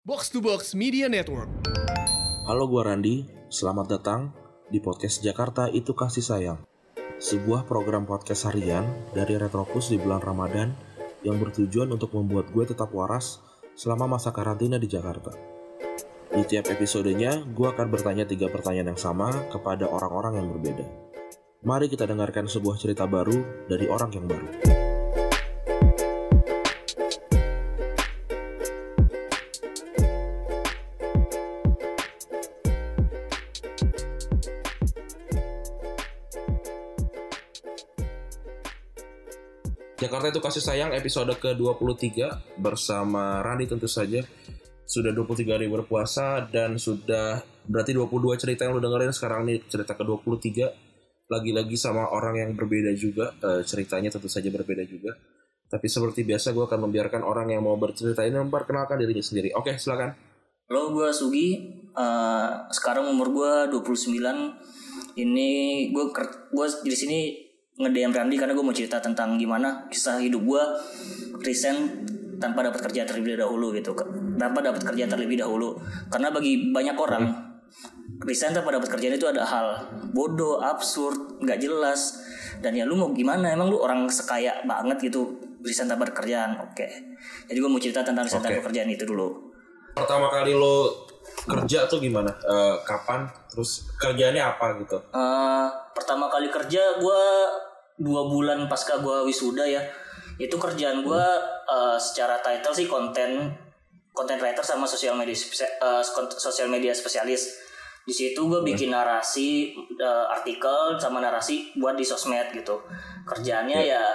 Box to Box Media Network. Halo, gua Randi. Selamat datang di podcast Jakarta Itu Kasih Sayang. Sebuah program podcast harian dari Retropus di bulan Ramadan yang bertujuan untuk membuat gue tetap waras selama masa karantina di Jakarta. Di tiap episodenya, gue akan bertanya 3 pertanyaan yang sama kepada orang-orang yang berbeda. Mari kita dengarkan sebuah cerita baru dari orang yang baru. Jakarta Itu Kasih Sayang episode ke-23 bersama Randi tentu saja. Sudah 23 hari berpuasa dan sudah berarti 22 cerita yang lu dengerin. Sekarang nih cerita ke-23. Lagi-lagi sama orang yang berbeda juga, ceritanya tentu saja berbeda juga. Tapi seperti biasa gue akan membiarkan orang yang mau bercerita ini memperkenalkan dirinya sendiri. Oke, silakan. Halo, gue Sugi. Sekarang umur gue 29. Ini gue di sini nge-DM Randi karena gue mau cerita tentang gimana kisah hidup gue resign tanpa dapat kerja terlebih dahulu gitu. Karena bagi banyak orang resign tanpa dapat kerjaan itu ada hal bodoh, absurd, nggak jelas. Dan ya lu mau gimana? Emang lu orang sekaya banget gitu resign tanpa ada kerjaan? Oke. Jadi gue mau cerita tentang resign tanpa kerjaan itu dulu. Pertama kali lo kerja tuh gimana? Kapan? Terus kerjaannya apa gitu? Pertama kali kerja gue 2 bulan pasca gue wisuda ya. Itu kerjaan gue secara title sih content writer sama social media spesialis. Di situ gue bikin narasi, artikel sama narasi buat di sosmed gitu. Kerjaannya ya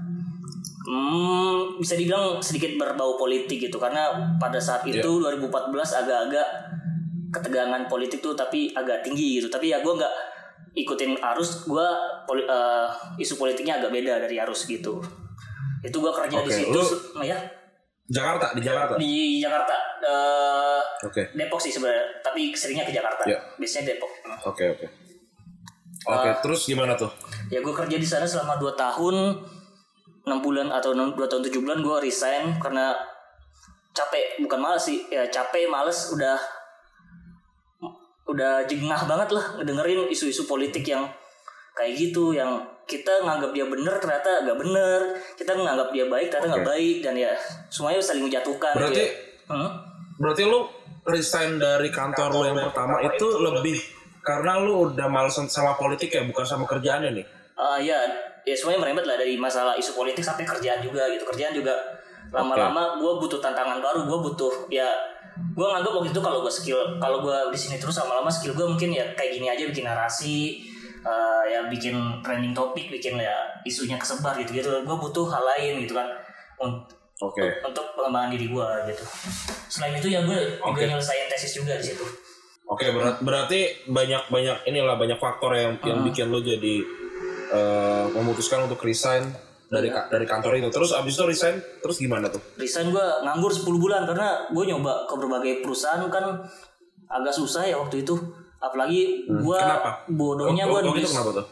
bisa dibilang sedikit berbau politik gitu, karena pada saat itu 2014 agak-agak ketegangan politik tuh tapi agak tinggi gitu. Tapi ya gue nggak ikutin arus, gue isu politiknya agak beda dari arus gitu. Itu gue kerja di situ ya. Di Jakarta. Depok sih sebenarnya, tapi seringnya ke Jakarta. Biasanya Depok. Oke. Terus gimana tuh? Ya gue kerja di sana selama 2 tahun 6 bulan atau 2 tahun 7 bulan gue resign karena capek, bukan malas sih. Ya capek, males, udah jengah banget lah ngedengerin isu-isu politik yang kayak gitu, yang kita nganggap dia bener ternyata nggak bener, kita nganggap dia baik ternyata nggak baik, dan ya semuanya saling menjatuhkan. Berarti lu resign dari kantor lu yang pertama itu lebih karena lu udah males sama politik ya, bukan sama kerjaannya nih? Ya semuanya merembet lah, dari masalah isu politik sampai kerjaan juga gitu. Kerjaan juga lama-lama gue butuh tantangan baru, gue nganggap waktu itu kalau gue di sini terus lama-lama skill gue mungkin ya kayak gini aja, bikin narasi, ya bikin trending topik, bikin ya isunya kesebar gitu. Gue butuh hal lain gitu kan untuk pengembangan diri gue gitu. Selain itu ya gue juga nyelesain tesis juga di situ. Berarti banyak faktor yang bikin lo jadi memutuskan untuk resign dari kantor itu. Terus abis itu resign, terus gimana tuh? Resign gue nganggur 10 bulan karena gue nyoba ke berbagai perusahaan kan agak susah ya waktu itu. Apalagi gue bodohnya gue nulis.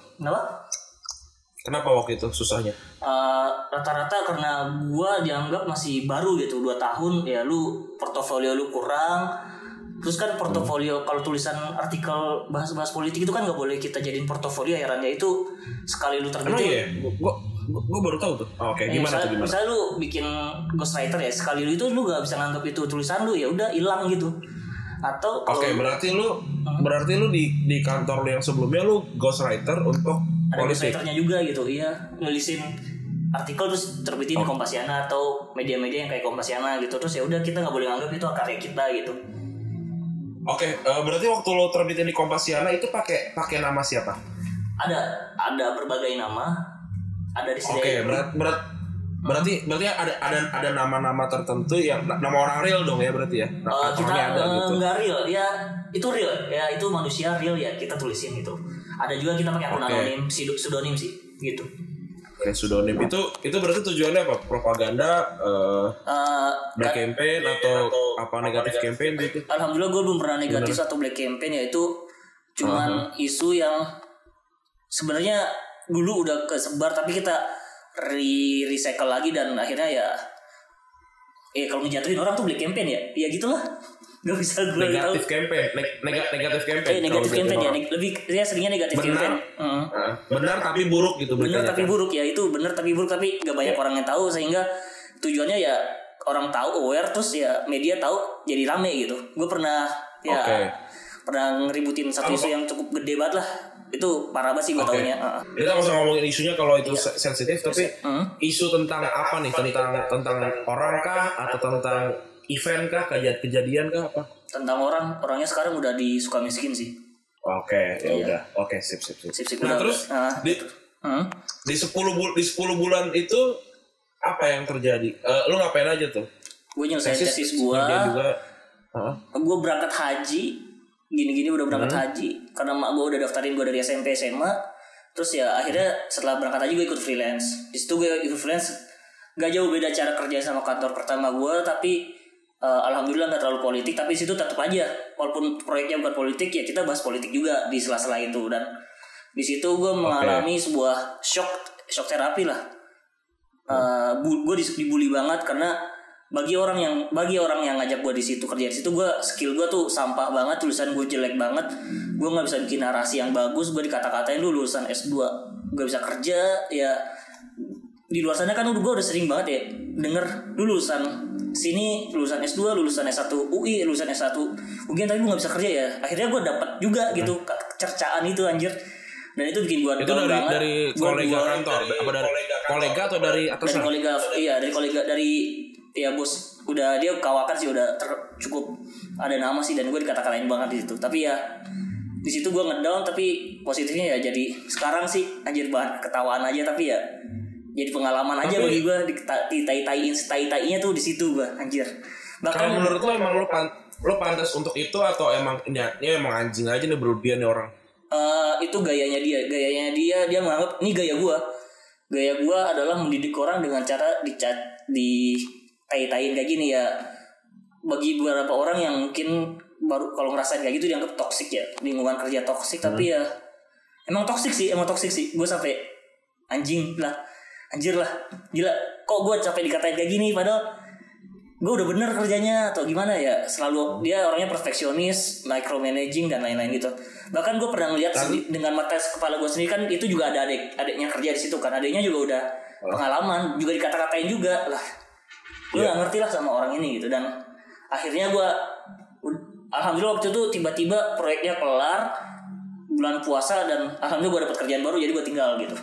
Kenapa waktu itu susahnya? Rata-rata karena gue dianggap masih baru gitu, 2 tahun ya portofolio lu kurang. Terus kan portofolio kalau tulisan artikel bahas-bahas politik itu kan nggak boleh kita jadiin portofolio ya, Randa. Itu sekali lu terbitin. Iya? Gue baru tahu tuh. Gimana? Misalnya lu bikin ghostwriter ya, sekali itu lu nggak bisa nganggap itu tulisan lu, ya udah hilang gitu. Atau berarti lu di kantor lu yang sebelumnya lu ghostwriter untuk ada politik. ghostwriternya juga gitu, iya, nulisin artikel terus terbitin di Kompasiana atau media-media yang kayak Kompasiana gitu. Terus ya udah, kita nggak boleh nganggap itu karya kita gitu. Berarti waktu lo terbitin di Kompasiana itu pakai nama siapa? Ada berbagai nama, ada di sini. Berarti ada nama-nama tertentu yang nama orang real dong ya, berarti ya? Kita nggak real, ya itu real, ya itu manusia real ya kita tulisin gitu. Ada juga kita pakai akun anonim, pseudonym sih gitu. Pseudonym itu berarti tujuannya apa? Propaganda, black campaign atau apa, negatif campaign gitu? Alhamdulillah gue belum pernah negatif atau black campaign, ya itu cuman isu yang sebenarnya dulu udah kesebar tapi kita recycle lagi, dan akhirnya kalau ngejatuhin orang tuh black campaign ya gitulah. Gak bisa gue negatif campaign, negatif campaign. Negatif campaign ya, lebih ya seringnya negatif campaign. Benar tapi buruk gitu. Benar tapi buruk ya, itu benar tapi buruk, tapi gak banyak orang yang tahu, sehingga tujuannya ya orang tahu, aware, terus ya media tahu, jadi rame gitu. Gue pernah pernah ngeributin satu isu yang cukup gede banget lah. Itu parah banget sih gue taunya. Kita nggak usah ngomongin isunya kalau itu sensitif, tapi isu tentang apa nih? Tentang orang kah, atau tentang event kah, kejadian kah, apa? Tentang orangnya sekarang udah di Sukamiskin sih. Oke, ya udah. Oke, sip. Nah, udah, terus di 10 bulan itu apa yang terjadi? Lu ngapain aja tuh? Gue nyelesain tesis gue. Gue berangkat haji. Gini udah berangkat haji. Karena mak gue udah daftarin gue dari SMP SMA. Terus ya akhirnya setelah berangkat haji gue ikut freelance. Di situ gue ikut freelance. Gak jauh beda cara kerja sama kantor pertama gue, tapi alhamdulillah gak terlalu politik. Tapi di situ tetap aja, walaupun proyeknya bukan politik, ya kita bahas politik juga di sela-sela itu. Dan di situ gue mengalami sebuah shock terapi lah. Gue dibully banget karena bagi orang yang ngajak gue di situ kerja di situ, gue skill gue tuh sampah banget, tulisan gue jelek banget, gue nggak bisa bikin narasi yang bagus, gue dikata-katain lu lulusan S2 gak bisa kerja. Ya di luar sana kan gue udah sering banget ya denger lu lulusan sini, lulusan S2, lulusan S1 UI, lulusan S1 UGM, tapi lu gak bisa kerja ya. Akhirnya gue dapet juga gitu cercaan itu, anjir. Dan itu bikin gue down banget. Dari kolega kantor? Apa dari kolega atau dari atasan? Dari kolega, dari ya bos. Udah dia kawakan sih, udah cukup ada nama sih, dan gue dikata-katain banget di situ. Tapi ya di situ gue ngedown, tapi positifnya ya jadi sekarang sih anjir banget, ketawaan aja, tapi ya jadi pengalaman aja bagi gue. Tai-tainya tuh di situ gue, anjir. Bahkan kalau menurut lo emang lo pantas untuk itu, atau emang niatnya emang anjing aja nih, berlebihan nih orang? Itu gayanya dia menganggap ini gaya gue adalah mendidik orang dengan cara di tai-tain kayak gini ya. Bagi beberapa orang yang mungkin baru kalau ngerasain kayak gitu dianggap toksik ya, lingkungan kerja toksik. Tapi ya emang toksik sih. Gue sampai anjir lah, gila, kok gue capek dikatain kayak gini, padahal gue udah bener kerjanya atau gimana ya. Selalu dia orangnya perfeksionis, micromanaging dan lain-lain gitu. Bahkan gue pernah ngeliat dengan mata kepala gue sendiri, kan itu juga ada adiknya kerja di situ kan, adiknya juga udah pengalaman, juga dikata-katain juga lah. Gue gak ngerti lah sama orang ini gitu. Dan akhirnya gue alhamdulillah waktu itu tiba-tiba proyeknya kelar bulan puasa, dan alhamdulillah gue dapet kerjaan baru, jadi gue tinggal gitu.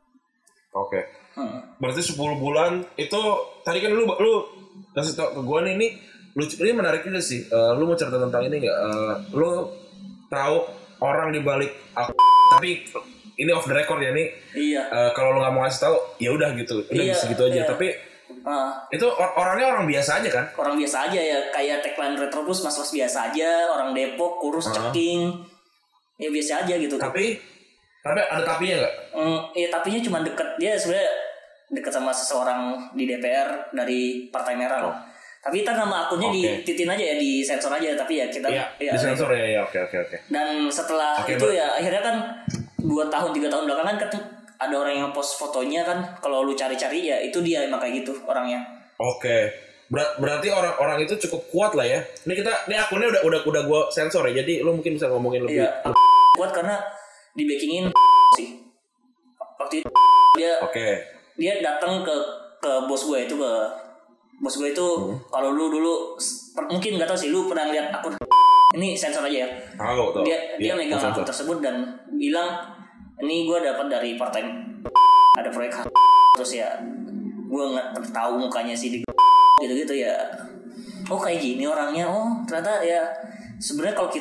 Oke. Berarti 10 bulan itu tadi kan lu kasih tau ke gue nih, ini menarik juga sih. Lu mau cerita tentang ini nggak? Lu tahu orang di balik tapi ini off the record ya nih. Iya. Kalau lu nggak mau ngasih tahu, ya udah gitu, segitu aja. Tapi itu orangnya orang biasa aja kan? Orang biasa aja ya, kayak tagline Retropus, mas-mas biasa aja, orang Depok, kurus, ceking, ya biasa aja gitu. Tapi ada tapinya nggak? Ya tapinya cuma deket, dia sebenarnya deket sama seseorang di DPR dari Partai Merah loh. Tapi ntar nama akunnya dititin aja ya, di sensor aja. Tapi ya kita disensor ya. Oke. Dan setelah itu ya akhirnya kan 2 tahun 3 tahun belakangan kan ada orang yang post fotonya kan, kalau lu cari-cari ya itu dia emang kayak gitu orangnya. Oke. Berarti orang itu cukup kuat lah ya. Ini akunnya udah gue sensor ya. Jadi lu mungkin bisa ngomongin lebih. Iya. Kuat karena di backingin sih. Waktu itu dia datang ke bos gue itu, kalau lu dulu mungkin nggak tahu sih, lu pernah lihat akun ini, sensor aja ya. Tahu. Dia megang akun tersebut dan bilang ini gue dapat dari partai, ada proyek terus ya gue nggak tahu mukanya sih di gitu ya. Oh kayak gini orangnya. Oh ternyata ya sebenarnya kalau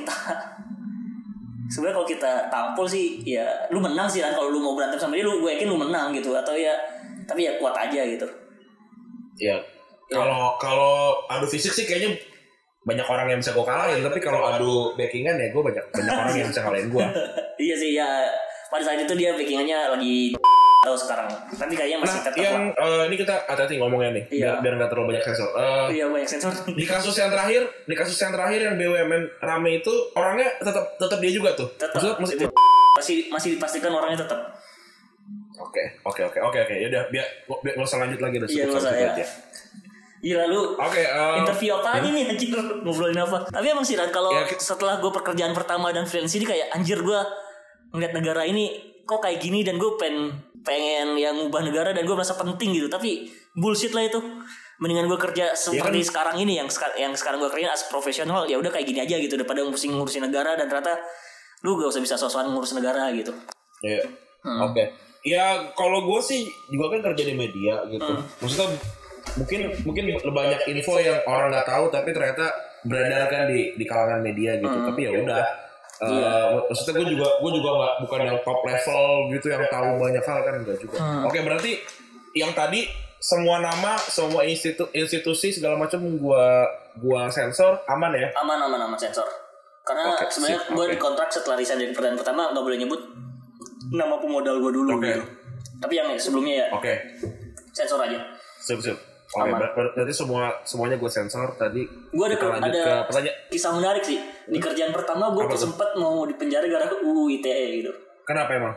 kita tampol sih ya lu menang sih kan. Kalau lu mau berantem sama dia, gue yakin lu menang gitu. Atau ya tapi ya kuat aja gitu. Iya. Kalau adu fisik sih kayaknya banyak orang yang bisa gue kalahin. Tapi kalau adu backingan ya gue banyak orang yang bisa kalahin gue. Iya sih ya. Pada saat itu dia backingannya lagi tahu sekarang. Tapi kayaknya masih tetap. Ini kita hati-hati ngomongnya nih. Biar nggak terlalu banyak sensor. Iya banyak sensor. Di kasus yang terakhir yang BUMN rame itu, orangnya tetap dia juga tuh. Tetap. Masih dipastikan orangnya tetap. Oke. Ya udah biar nggak usah lanjut lagi. Iya nggak usah ya. Gila lu. Oke, interview apa lagi nih anjir, ngobrolin apa? Tapi emang sih Ran, kalau Ya, setelah gue pekerjaan pertama dan freelance ini kayak anjir gue ngeliat negara ini kok kayak gini dan gue pengen yang ngubah negara dan gue merasa penting gitu. Tapi bullshit lah itu. Mendingan gue kerja seperti sekarang ini yang sekarang gue kerjain as profesional, ya udah kayak gini aja gitu daripada pusing ngurusin negara dan ternyata lu gak usah bisa sosokan ngurus negara gitu. Iya. Oke. Ya kalau gue sih juga kan kerja di media gitu. Maksudnya mungkin banyak info yang orang nggak tahu tapi ternyata beredar kan di kalangan media gitu. Tapi ya udah. Maksudnya gue juga nggak, bukan yang top level gitu yang tahu banyak hal kan, enggak juga. Oke, berarti yang tadi semua nama, semua institusi segala macam gua sensor aman ya? Aman sensor. Karena sebenarnya gue dikontrak setelah resign dari pekerjaan pertama nggak boleh nyebut nama pemodal gue dulu gitu. Tapi yang sebelumnya ya sensor aja. Siap. Oke, berarti semuanya gue sensor tadi. Gue ada kisah menarik sih. Di kerjaan pertama gue sempat mau dipenjara gara-gara UU ITE gitu. Kenapa emang?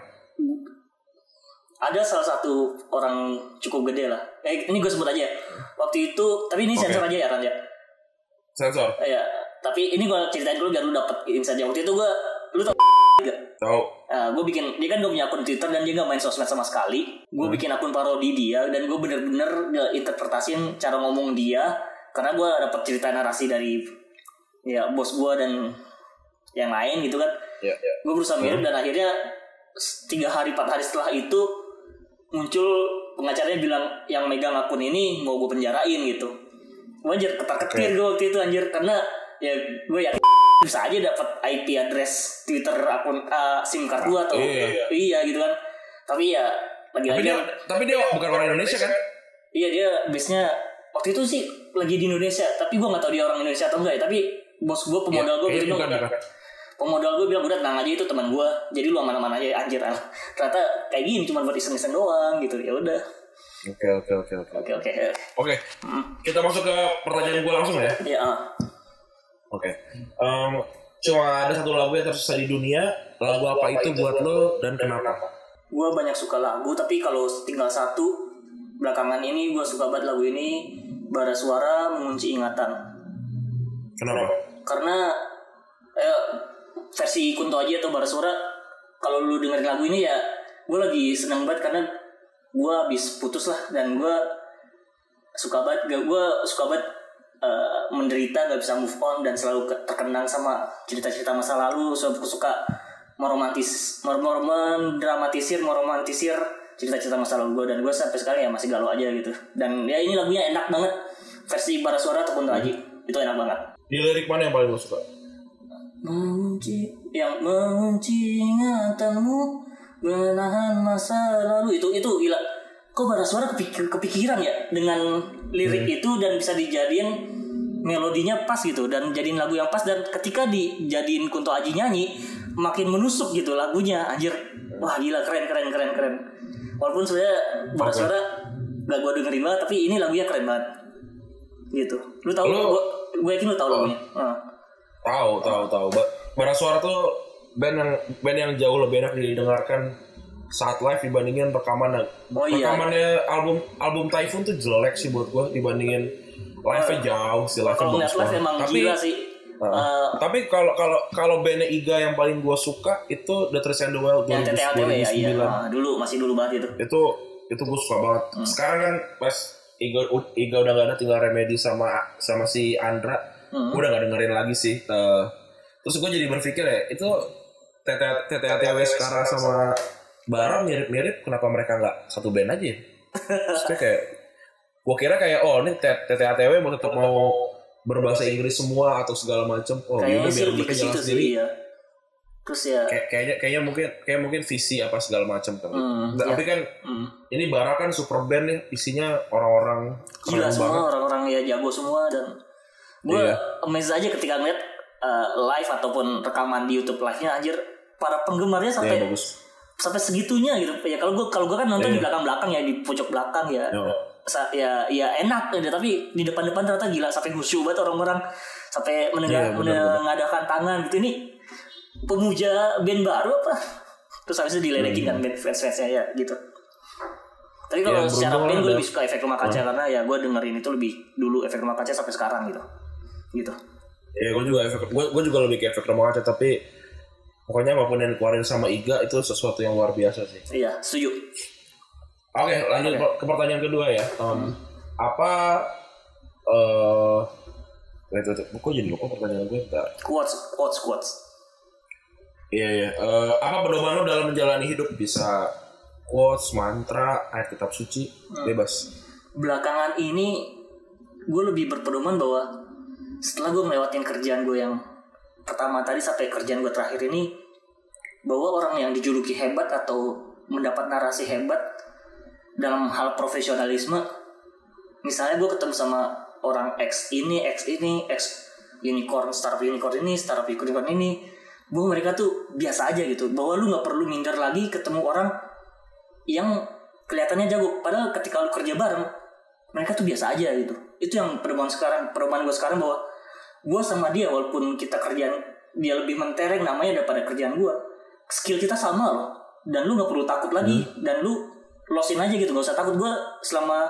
Ada salah satu orang cukup gede lah. Ini gue sebut aja. Waktu itu, tapi ini sensor aja ya Ran ya. Sensor. Ya, tapi ini gue ceritain dulu biar lu dapet insight aja. Waktu itu lu tau gak? Tahu. Gue bikin, dia kan gak punya akun Twitter dan dia gak main sosmed sama sekali. Gue bikin akun parodi dia dan gue bener-bener interpretasiin cara ngomong dia karena gue dapet cerita narasi dari ya bos gue dan yang lain gitu kan. Gue berusaha mirip dan akhirnya 3 hari 4 hari setelah itu muncul pengacaranya bilang yang megang akun ini mau gue penjarain gitu. Gue anjir ketar-ketir gue waktu itu anjir karena ya gue yakin bisa aja dapat IP address Twitter akun SIM card gua atau iya gitu kan. Tapi ya tapi dia bukan orang Indonesia kan? Iya, dia base-nya waktu itu sih lagi di Indonesia, tapi gua enggak tahu dia orang Indonesia atau enggak ya. Tapi bos gua pemodal gua bilang pemodal gua bilang udah tenang aja itu teman gua. Jadi lu aman-aman aja anjir. Ternyata kayak gini cuma buat iseng-iseng doang gitu. Ya udah. Oke. Kita masuk ke pertanyaan gua langsung ya. Iya. Oke. Cuma ada satu lagu yang tersisa di dunia. Lagu apa itu buat lo dan kenapa? Gue banyak suka lagu, tapi kalau tinggal satu belakangan ini gue suka banget lagu ini, Bara Suara Mengunci Ingatan. Kenapa? Karena versi Kunto Aji atau Bara Suara, kalau lu dengerin lagu ini ya gue lagi seneng banget karena gue habis putus lah dan gue suka banget menderita, gak bisa move on dan selalu terkenang sama cerita-cerita masa lalu. So aku suka meromantisir cerita-cerita masa lalu gue dan gue sampai sekarang ya masih galau aja gitu. Dan ya ini lagunya enak banget, versi Bara Suara atau Kunto Aji itu enak banget. Di lirik mana yang paling lo suka? Mengunci ingatanmu, menahan masa lalu itu gila. Kok Bara Suara kepikiran ya dengan lirik itu dan bisa dijadiin melodinya pas gitu dan jadiin lagu yang pas, dan ketika dijadiin Kunto Aji nyanyi makin menusuk gitu lagunya anjir. Wah gila, keren. Walaupun sebenarnya Bara Suara gak gue dengerin banget, tapi ini lagunya keren banget gitu. Lu tahu? Gue yakin lu tahu lagunya. Tahu. Bara Suara tuh band yang jauh lebih enak didengarkan saat live dibandingin rekamannya. Rekamannya album Typhoon tuh jelek sih buat gue dibandingin live-nya jauh sih. Kalau ngeliat live emang gila sih. Tapi kalau bandnya Iga yang paling gue suka itu The Trees and the Wild 2009. Iya. Dulu banget itu. Itu gue suka banget. Sekarang kan pas Iga udah gak ada, tinggal Remedy sama si Andra. Gue udah gak dengerin lagi sih. Terus gue jadi berpikir ya, itu TTATW sekarang sama Bara mirip-mirip, kenapa mereka nggak satu band aja? Terus kayak, gue kira kayak ini TTATW mau berbahasa Inggris semua atau segala macam. Kayaknya sih lebih ke situ sih ya. Terus ya. Kayaknya mungkin visi apa segala macam kan. Tapi kan ini Bara kan super band nih, isinya orang-orang gila semua banget. Orang-orang ya jago semua dan gue amazed aja ketika ngeliat live ataupun rekaman di YouTube live-nya, anjir para penggemarnya sampai segitunya gitu ya. Kalau gue kan nonton di belakang ya, di pojok belakang ya. Ya enak ya, tapi di depan ternyata gila sampai khusyuk banget orang-orang, sampai mengadakan tangan gitu. Ini pemuja band baru apa? Terus habis itu diledekin kan band fans-fansnya ya gitu. Tapi kalau secara band gue ada. lebih suka Efek Rumah Kaca karena ya gue dengerin itu lebih dulu Efek Rumah Kaca sampai sekarang gitu. Ya gue juga lebih ke Efek Rumah Kaca, tapi pokoknya apapun yang dikeluarin sama Iga itu sesuatu yang luar biasa sih. Iya, setuju. Oke, lanjut ke pertanyaan kedua ya. Apa kok jadi lupa pertanyaan gue? Quotes. Iya. Apa pedoman lo dalam menjalani hidup? Bisa quotes, mantra, ayat kitab suci, bebas. Belakangan ini gue lebih berpedoman bahwa setelah gue ngelewatin kerjaan gue yang pertama tadi sampai kerjaan gue terakhir ini, bahwa orang yang dijuluki hebat atau mendapat narasi hebat dalam hal profesionalisme, misalnya gue ketemu sama orang X ini, X unicorn, startup unicorn ini, bahwa mereka tuh biasa aja gitu, bahwa lu nggak perlu minder lagi ketemu orang yang kelihatannya jago, padahal ketika lu kerja bareng mereka tuh biasa aja gitu. Itu yang pedoman gue sekarang, bahwa gue sama dia walaupun kita kerjaan dia lebih mentereng namanya daripada kerjaan gue, skill kita sama loh, dan lu nggak perlu takut lagi, dan lu losin aja gitu, nggak usah takut. Gue selama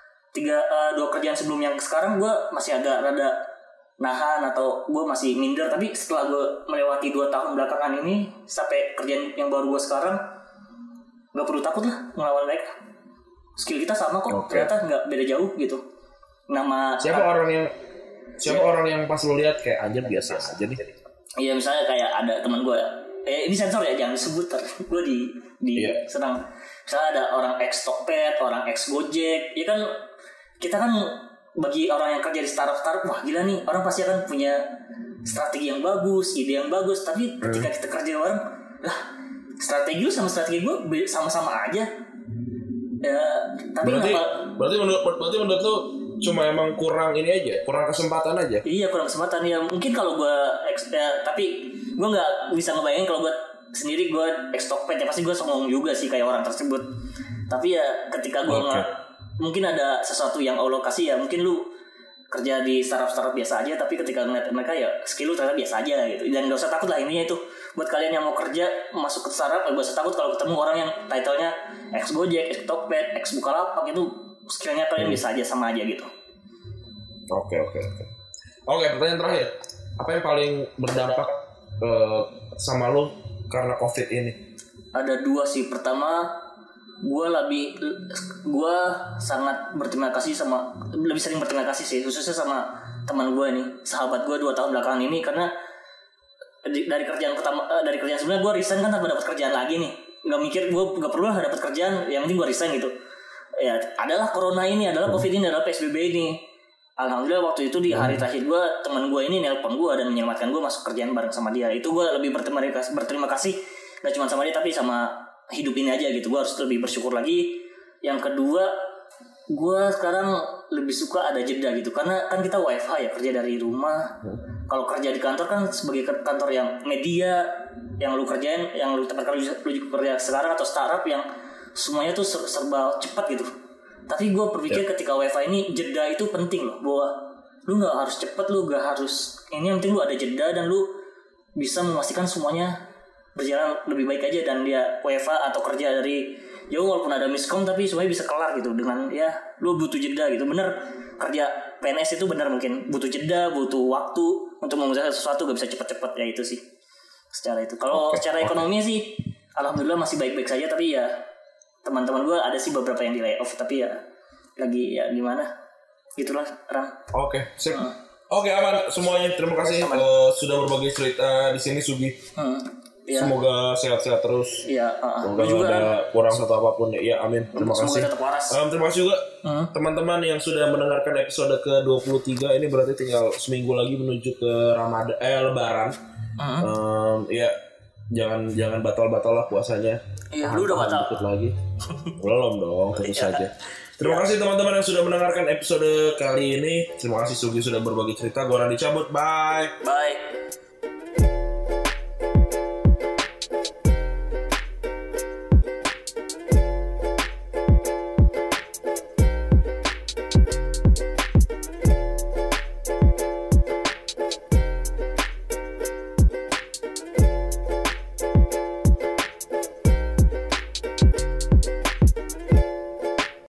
2 kerjaan sebelum yang sekarang gue masih agak rada nahan atau gue masih minder, tapi setelah gue melewati 2 tahun belakangan ini sampai kerjaan yang baru gue sekarang, nggak perlu takut lah ngelawan mereka. Skill kita sama kok, ternyata nggak beda jauh gitu. Siapa orang yang pas lo lihat kayak anjir biasa aja nih? Iya, misalnya kayak ada teman gue, ini sensor ya, jangan disebut, gue senang. Misalnya ada orang ex Tokped, orang ex Gojek, ya kan kita kan bagi orang yang kerja di startup, wah gila nih, orang pasti akan punya strategi yang bagus, ide yang bagus, tapi ketika kita kerja bareng, lah strategi lu sama strategi gue sama-sama aja. Ya, tapi berarti menurut lu cuma emang kurang kesempatan aja. Iya, kurang kesempatan ya. Mungkin kalau gue tapi gue nggak bisa ngebayangin kalau gue sendiri gue ex Tokped, ya pasti gue songong juga sih kayak orang tersebut. Tapi ya ketika gue mungkin ada sesuatu yang Allah kasih, ya mungkin lu kerja di startup biasa aja, tapi ketika ngeliat mereka ya skill lu ternyata biasa aja gitu. Dan gak usah takut lah, intinya itu buat kalian yang mau kerja masuk ke startup, gak usah takut kalau ketemu orang yang title-nya ex Gojek, ex Tokped, ex Bukalapak, itu skillnya kalian bisa aja, sama aja gitu. Oke, pertanyaan terakhir, apa yang paling berdampak sama lo karena COVID ini? Ada 2 sih. Pertama, gue sangat berterima kasih lebih sering berterima kasih sih, khususnya sama teman gue nih, sahabat gue 2 tahun belakangan ini, karena dari kerjaan sebelumnya gue resign kan tanpa dapat kerjaan lagi nih, nggak mikir gue nggak perlu lah dapat kerjaan, yang penting gue resign gitu. Ya adalah corona ini, adalah COVID ini, adalah PSBB ini. Alhamdulillah waktu itu di hari terakhir gue, teman gue ini nelpon gue dan menyelamatkan gue masuk kerjaan bareng sama dia. Itu gue lebih berterima kasih, gak cuma sama dia tapi sama hidup ini aja gitu. Gue harus lebih bersyukur lagi. Yang kedua, gue sekarang lebih suka ada jeda gitu, karena kan kita WFH ya, kerja dari rumah. Kalau kerja di kantor kan sebagai kantor yang media, yang lu kerjain, yang lu tempatkan lu kerja sekarang, atau startup yang semuanya tuh serba cepat gitu. Tapi gue berpikir ketika WFH ini, jeda itu penting loh, bahwa lu gak harus cepet, lu gak harus ini, yang penting lu ada jeda dan lu bisa memastikan semuanya berjalan lebih baik aja. Dan dia WFH atau kerja dari jauh walaupun ada miskom, tapi semuanya bisa kelar gitu dengan ya lu butuh jeda gitu. Bener, kerja PNS itu bener mungkin butuh jeda, butuh waktu untuk mengerjakan sesuatu, gak bisa cepet-cepet, ya itu sih secara itu. Kalau secara ekonomi sih alhamdulillah masih baik-baik saja, tapi ya teman-teman gue ada sih beberapa yang di layoff, tapi ya lagi ya gimana gitulah, Ram. Oke, sip. Oke, aman semuanya. Terima kasih sudah berbagi cerita di sini, Sugi. Ya. Semoga sehat-sehat terus. Iya, semoga juga ada kurang satu apapun ya. Amin. Terima kasih. Terima kasih juga teman-teman yang sudah mendengarkan episode ke-23. Ini berarti tinggal seminggu lagi menuju ke Lebaran. Ya, jangan batal-batal lah puasanya. Iya, lu udah batal. Dikit lagi. Belum dong, tentu saja. Terima kasih teman-teman yang sudah mendengarkan episode kali ini. Terima kasih Sugi sudah berbagi cerita. Gua Randy cabut. Bye.